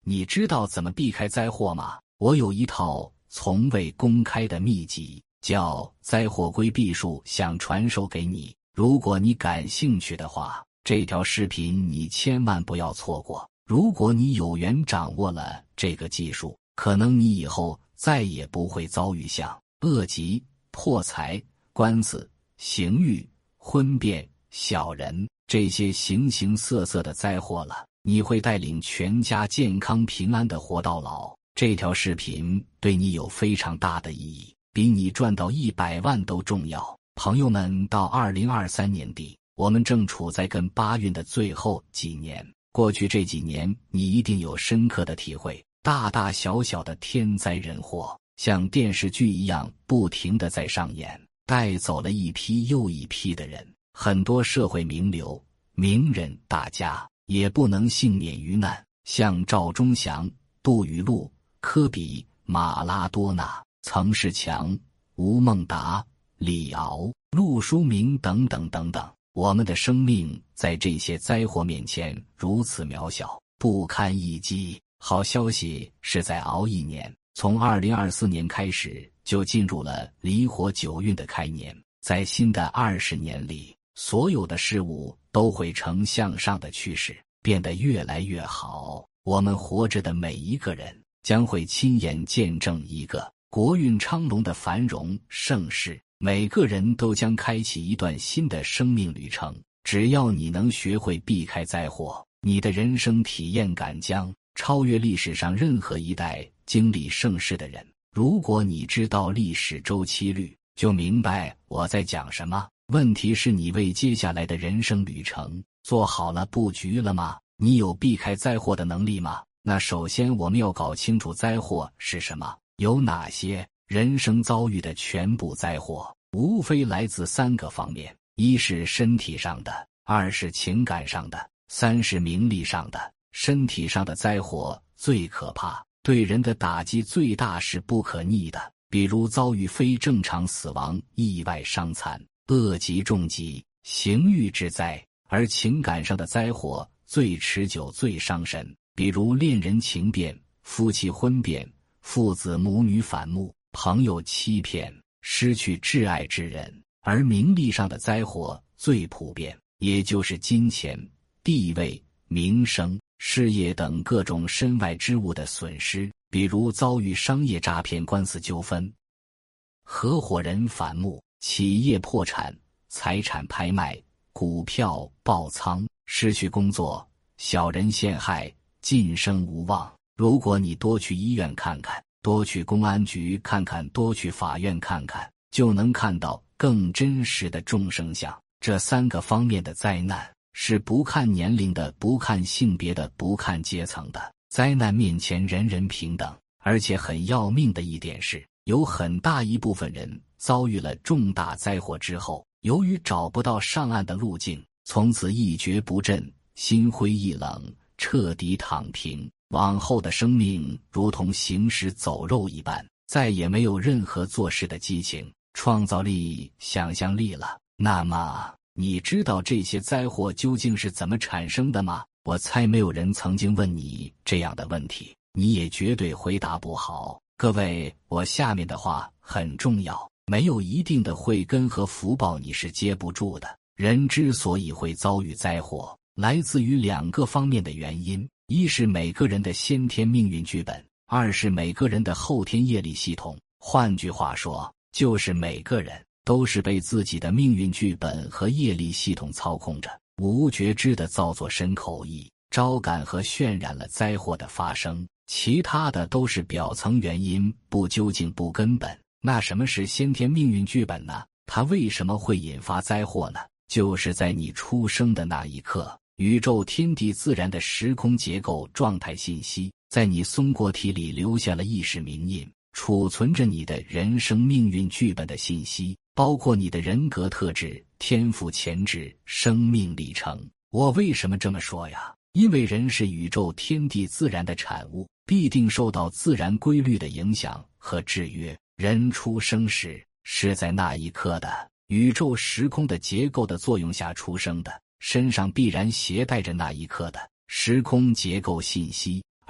你知道怎么避开灾祸吗？我有一套从未公开的秘籍，叫灾祸规避术，想传授给你。如果你感兴趣的话，这条视频你千万不要错过。如果你有缘掌握了这个技术，可能你以后再也不会遭遇像恶疾、破财、官司、刑狱、婚变、小人这些形形色色的灾祸了。你会带领全家健康平安地活到老。这条视频对你有非常大的意义，比你赚到100万都重要。朋友们，到2023年底，我们正处在跟八运的最后几年。过去这几年，你一定有深刻的体会，大大小小的天灾人祸，像电视剧一样不停地在上演，带走了一批又一批的人。很多社会名流、名人大家也不能幸免于难，像赵忠祥、杜雨露、科比、马拉多纳、曾仕强、吴孟达、李敖、陆书明等等等等。我们的生命在这些灾祸面前如此渺小，不堪一击。好消息是，再熬一年，从2024年开始就进入了离火9运的开年。在新的20年里，所有的事物都会呈向上的趋势，变得越来越好。我们活着的每一个人将会亲眼见证一个国运昌隆的繁荣盛世，每个人都将开启一段新的生命旅程。只要你能学会避开灾祸，你的人生体验感将超越历史上任何一代经历盛世的人。如果你知道历史周期率，就明白我在讲什么。问题是，你为接下来的人生旅程做好了布局了吗？你有避开灾祸的能力吗？那首先我们要搞清楚灾祸是什么，有哪些。人生遭遇的全部灾祸无非来自3个方面，一是身体上的，二是情感上的，三是名利上的。身体上的灾祸最可怕，对人的打击最大，是不可逆的，比如遭遇非正常死亡、意外伤残、恶疾重疾、刑狱之灾。而情感上的灾祸最持久最伤神，比如恋人情变、夫妻婚变、父子母女反目、朋友欺骗、失去挚爱之人。而名利上的灾祸最普遍，也就是金钱、地位、名声、事业等各种身外之物的损失，比如遭遇商业诈骗、官司纠纷、合伙人反目、企业破产、财产拍卖、股票爆仓、失去工作、小人陷害、晋升无望。如果你多去医院看看，多去公安局看看，多去法院看看，就能看到更真实的众生相。这3个方面的灾难是不看年龄的，不看性别的，不看阶层的。灾难面前人人平等。而且很要命的一点是，有很大一部分人遭遇了重大灾祸之后，由于找不到上岸的路径，从此一蹶不振，心灰意冷，彻底躺平。往后的生命如同行尸走肉一般，再也没有任何做事的激情、创造力、想象力了。那么，你知道这些灾祸究竟是怎么产生的吗？我猜没有人曾经问你这样的问题，你也绝对回答不好。各位，我下面的话很重要，没有一定的慧根和福报，你是接不住的。人之所以会遭遇灾祸，来自于2个方面的原因。一是每个人的先天命运剧本，二是每个人的后天业力系统。换句话说，就是每个人都是被自己的命运剧本和业力系统操控着，无觉知地造作身口意，招感和渲染了灾祸的发生。其他的都是表层原因，不究竟不根本。那什么是先天命运剧本呢？它为什么会引发灾祸呢？就是在你出生的那一刻，宇宙天地自然的时空结构状态信息在你松果体里留下了意识铭印，储存着你的人生命运剧本的信息，包括你的人格特质、天赋潜质、生命历程。我为什么这么说呀？因为人是宇宙天地自然的产物，必定受到自然规律的影响和制约。人出生时是在那一刻的宇宙时空的结构的作用下出生的，身上必然携带着那一刻的时空结构信息，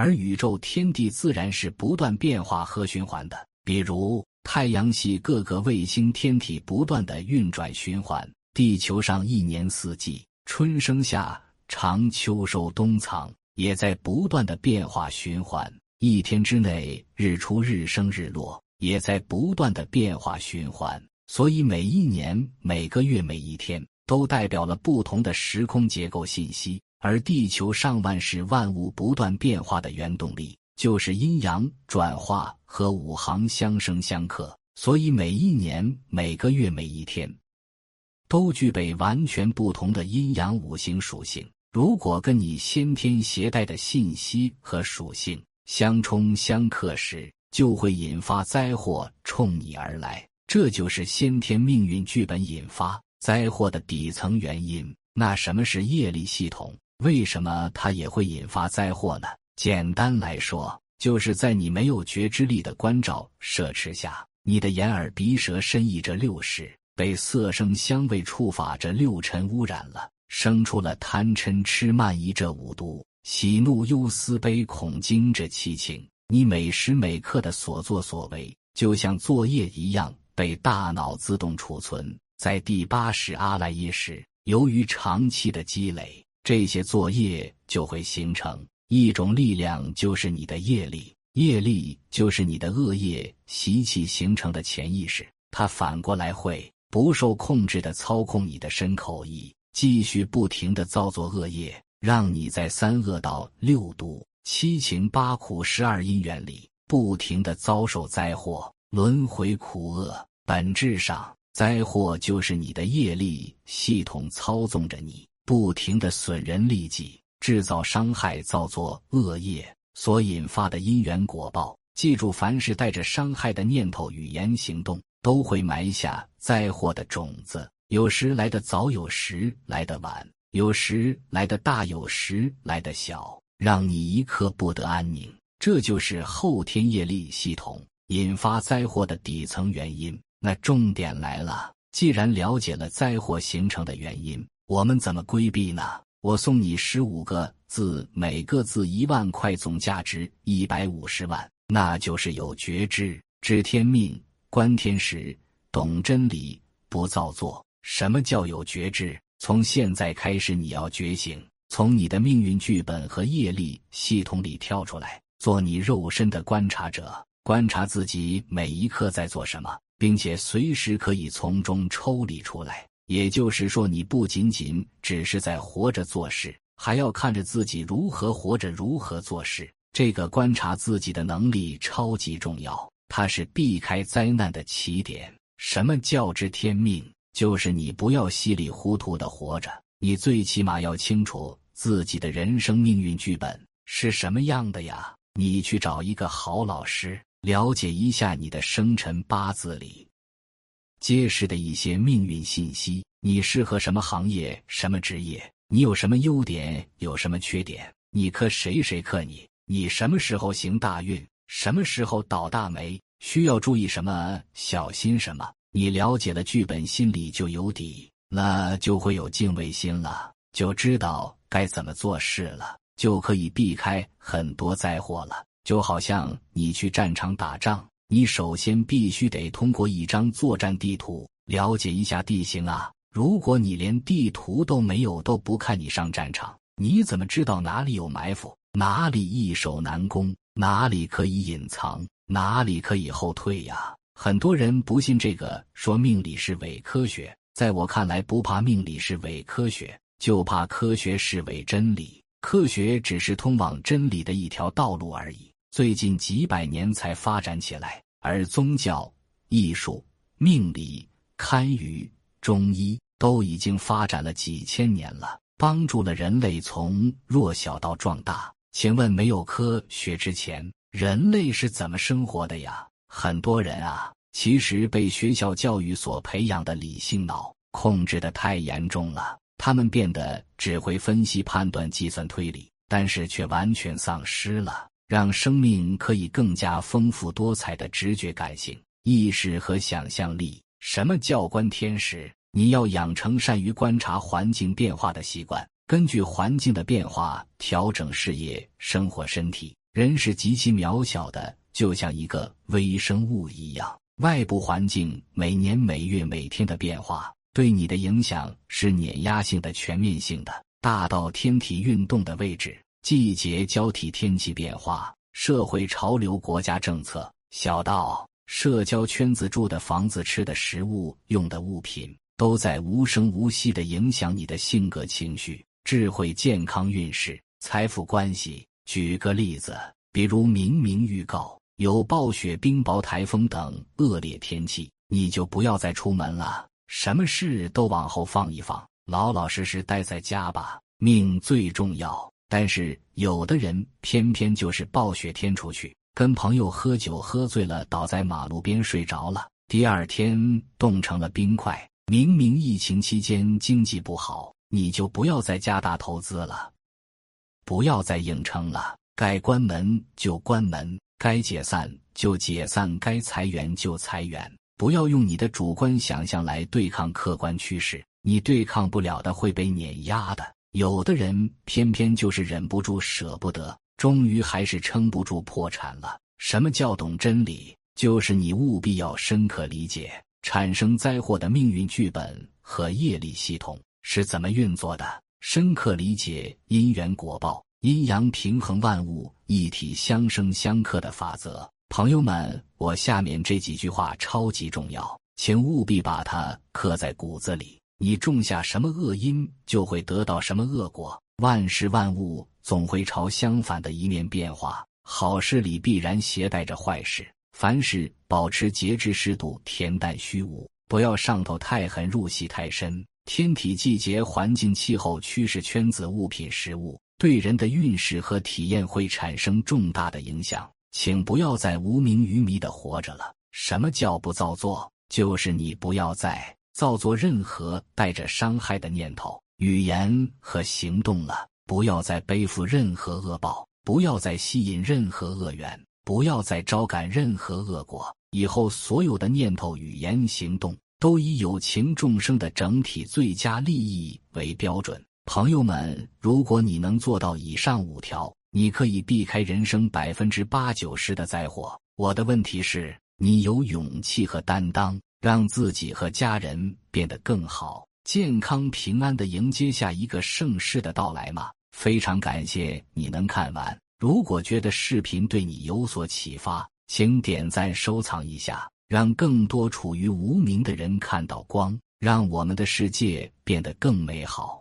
而宇宙天地自然是不断变化和循环的。比如太阳系各个卫星天体不断的运转循环，地球上一年四季，春生夏长秋收冬藏，也在不断的变化循环。一天之内，日出日升日落，也在不断的变化循环。所以每一年、每个月、每一天都代表了不同的时空结构信息，而地球上万事万物不断变化的原动力就是阴阳转化和五行相生相克，所以每一年、每个月、每一天都具备完全不同的阴阳五行属性。如果跟你先天携带的信息和属性相冲相克时，就会引发灾祸冲你而来，这就是先天命运剧本引发灾祸的底层原因。那什么是业力系统？为什么它也会引发灾祸呢？简单来说，就是在你没有觉知力的关照摄持下，你的眼耳鼻舌身意这六识被色声香味触法这六尘污染了，生出了贪嗔痴慢疑这五毒，喜怒忧思悲恐惊这七情。你每时每刻的所作所为，就像作业一样，被大脑自动储存在第八识阿赖耶识。由于长期的积累，这些作业就会形成一种力量，就是你的业力。业力就是你的恶业习气形成的潜意识，它反过来会不受控制地操控你的身口意，继续不停地造作恶业，让你在三恶道六毒七情八苦12因缘里不停地遭受灾祸，轮回苦厄。本质上，灾祸就是你的业力系统操纵着你，不停地损人利己，制造伤害，造作恶业所引发的因缘果报。记住，凡是带着伤害的念头、语言、行动，都会埋下灾祸的种子。有时来得早，有时来得晚，有时来得大，有时来得小，让你一刻不得安宁。这就是后天业力系统引发灾祸的底层原因。那重点来了，既然了解了灾祸形成的原因，我们怎么规避呢？我送你15个字，每个字1万块，总价值150万。那就是有觉知，知天命，观天时，懂真理，不造作。什么叫有觉知？从现在开始你要觉醒，从你的命运剧本和业力系统里跳出来，做你肉身的观察者，观察自己每一刻在做什么，并且随时可以从中抽离出来。也就是说，你不仅仅只是在活着做事，还要看着自己如何活着，如何做事。这个观察自己的能力超级重要，它是避开灾难的起点。什么叫知天命？就是你不要稀里糊涂的活着，你最起码要清楚自己的人生命运剧本是什么样的呀。你去找一个好老师，了解一下你的生辰八字里揭示的一些命运信息，你适合什么行业、什么职业，你有什么优点，有什么缺点，你克谁，谁克你，你什么时候行大运，什么时候倒大霉，需要注意什么，小心什么。你了解了剧本，心里就有底了，就会有敬畏心了，就知道该怎么做事了，就可以避开很多灾祸了。就好像你去战场打仗，你首先必须得通过一张作战地图，了解一下地形啊。如果你连地图都没有，都不看你上战场，你怎么知道哪里有埋伏，哪里易守难攻，哪里可以隐藏，哪里可以后退呀？很多人不信这个，说命理是伪科学。在我看来，不怕命理是伪科学，就怕科学是伪真理。科学只是通往真理的一条道路而已，最近几百年才发展起来。而宗教、艺术、命理、堪舆、中医都已经发展了几千年了，帮助了人类从弱小到壮大。请问，没有科学之前，人类是怎么生活的呀？很多人啊，其实被学校教育所培养的理性脑控制得太严重了，他们变得只会分析、判断、计算、推理，但是却完全丧失了让生命可以更加丰富多彩的直觉感性、意识和想象力。什么叫观天时？你要养成善于观察环境变化的习惯，根据环境的变化调整事业、生活、身体， 人是极其渺小的，就像一个微生物一样，外部环境每年每月每天的变化对你的影响是碾压性的、全面性的，大到天体运动的位置、季节交替、天气变化、社会潮流、国家政策，小到社交圈子、住的房子、吃的食物、用的物品，都在无声无息地影响你的性格、情绪、智慧、健康、运势、财富、关系。举个例子，比如明预告有暴雪、冰雹、台风等恶劣天气，你就不要再出门了，什么事都往后放一放，老老实实待在家吧，命最重要。但是有的人偏偏就是暴雪天出去，跟朋友喝酒喝醉了，倒在马路边睡着了，第二天冻成了冰块。明疫情期间经济不好，你就不要再加大投资了，不要再硬撑了，该关门就关门，该解散就解散，该裁员就裁员。不要用你的主观想象来对抗客观趋势，你对抗不了的会被碾压的。有的人偏偏就是忍不住、舍不得，终于还是撑不住破产了。什么叫懂真理？就是你务必要深刻理解产生灾祸的命运剧本和业力系统是怎么运作的，深刻理解因缘果报、阴阳平衡、万物一体相生相克的法则。朋友们，我下面这几句话超级重要，请务必把它刻在骨子里。你种下什么恶因，就会得到什么恶果。万事万物总会朝相反的一面变化，好事里必然携带着坏事。凡事保持节制适度，恬淡虚无，不要上头太狠，入戏太深。天体、季节、环境、气候、趋势、圈子、物品、食物，对人的运势和体验会产生重大的影响。请不要再无名于迷地活着了。什么叫不造作？就是你不要再造作任何带着伤害的念头、语言和行动了，不要再背负任何恶报，不要再吸引任何恶缘，不要再招感任何恶果。以后所有的念头、语言、行动都以有情众生的整体最佳利益为标准。朋友们，如果你能做到以上5条，你可以避开人生80%-90%的灾祸。我的问题是，你有勇气和担当让自己和家人变得更好、健康平安地迎接下一个盛世的到来吗？非常感谢你能看完，如果觉得视频对你有所启发，请点赞收藏一下，让更多处于无明的人看到光，让我们的世界变得更美好。